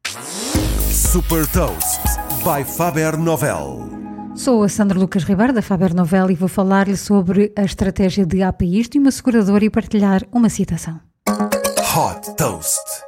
Super Toast by Faber Novel. Sou a Sandra Lucas Ribeiro da Faber Novel e vou falar-lhe sobre a estratégia de APIs de uma seguradora e partilhar uma citação. Hot Toast.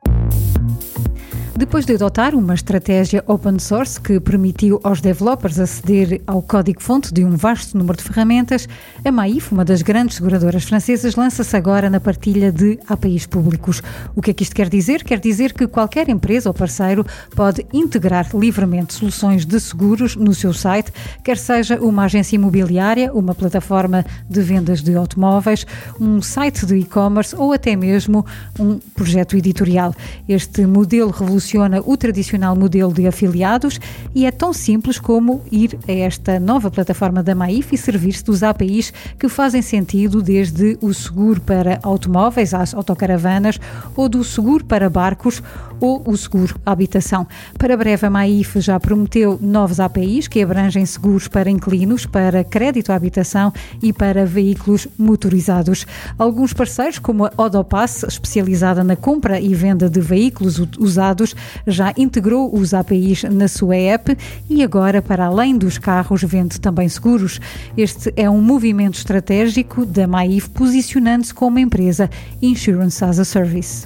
Depois de adotar uma estratégia open source que permitiu aos developers aceder ao código-fonte de um vasto número de ferramentas, a Maif, uma das grandes seguradoras francesas, lança-se agora na partilha de APIs públicos. O que é que isto quer dizer? Quer dizer que qualquer empresa ou parceiro pode integrar livremente soluções de seguros no seu site, quer seja uma agência imobiliária, uma plataforma de vendas de automóveis, um site de e-commerce ou até mesmo um projeto editorial. Este modelo revoluciona o tradicional modelo de afiliados e é tão simples como ir a esta nova plataforma da Maif e servir-se dos APIs que fazem sentido, desde o seguro para automóveis às autocaravanas, ou do seguro para barcos ou o seguro à habitação. Para breve, a Maif já prometeu novos APIs que abrangem seguros para inquilinos, para crédito à habitação e para veículos motorizados. Alguns parceiros, como a Odopass, especializada na compra e venda de veículos usados, já integrou os APIs na sua app e agora, para além dos carros, vende também seguros. Este é um movimento estratégico da Maif, posicionando-se como empresa Insurance as a Service.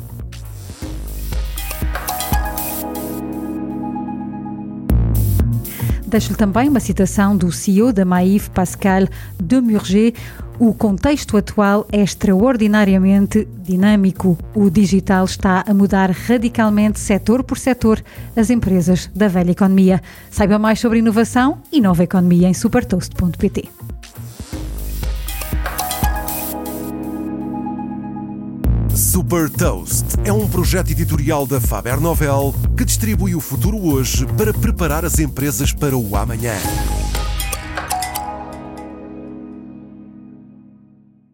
Deixo-lhe também uma citação do CEO da Maif, Pascal Demurger. O contexto atual é extraordinariamente dinâmico. O digital está a mudar radicalmente, setor por setor, as empresas da velha economia. Saiba mais sobre inovação e nova economia em supertoast.pt. Super Toast é um projeto editorial da Faber Novel que distribui o futuro hoje para preparar as empresas para o amanhã.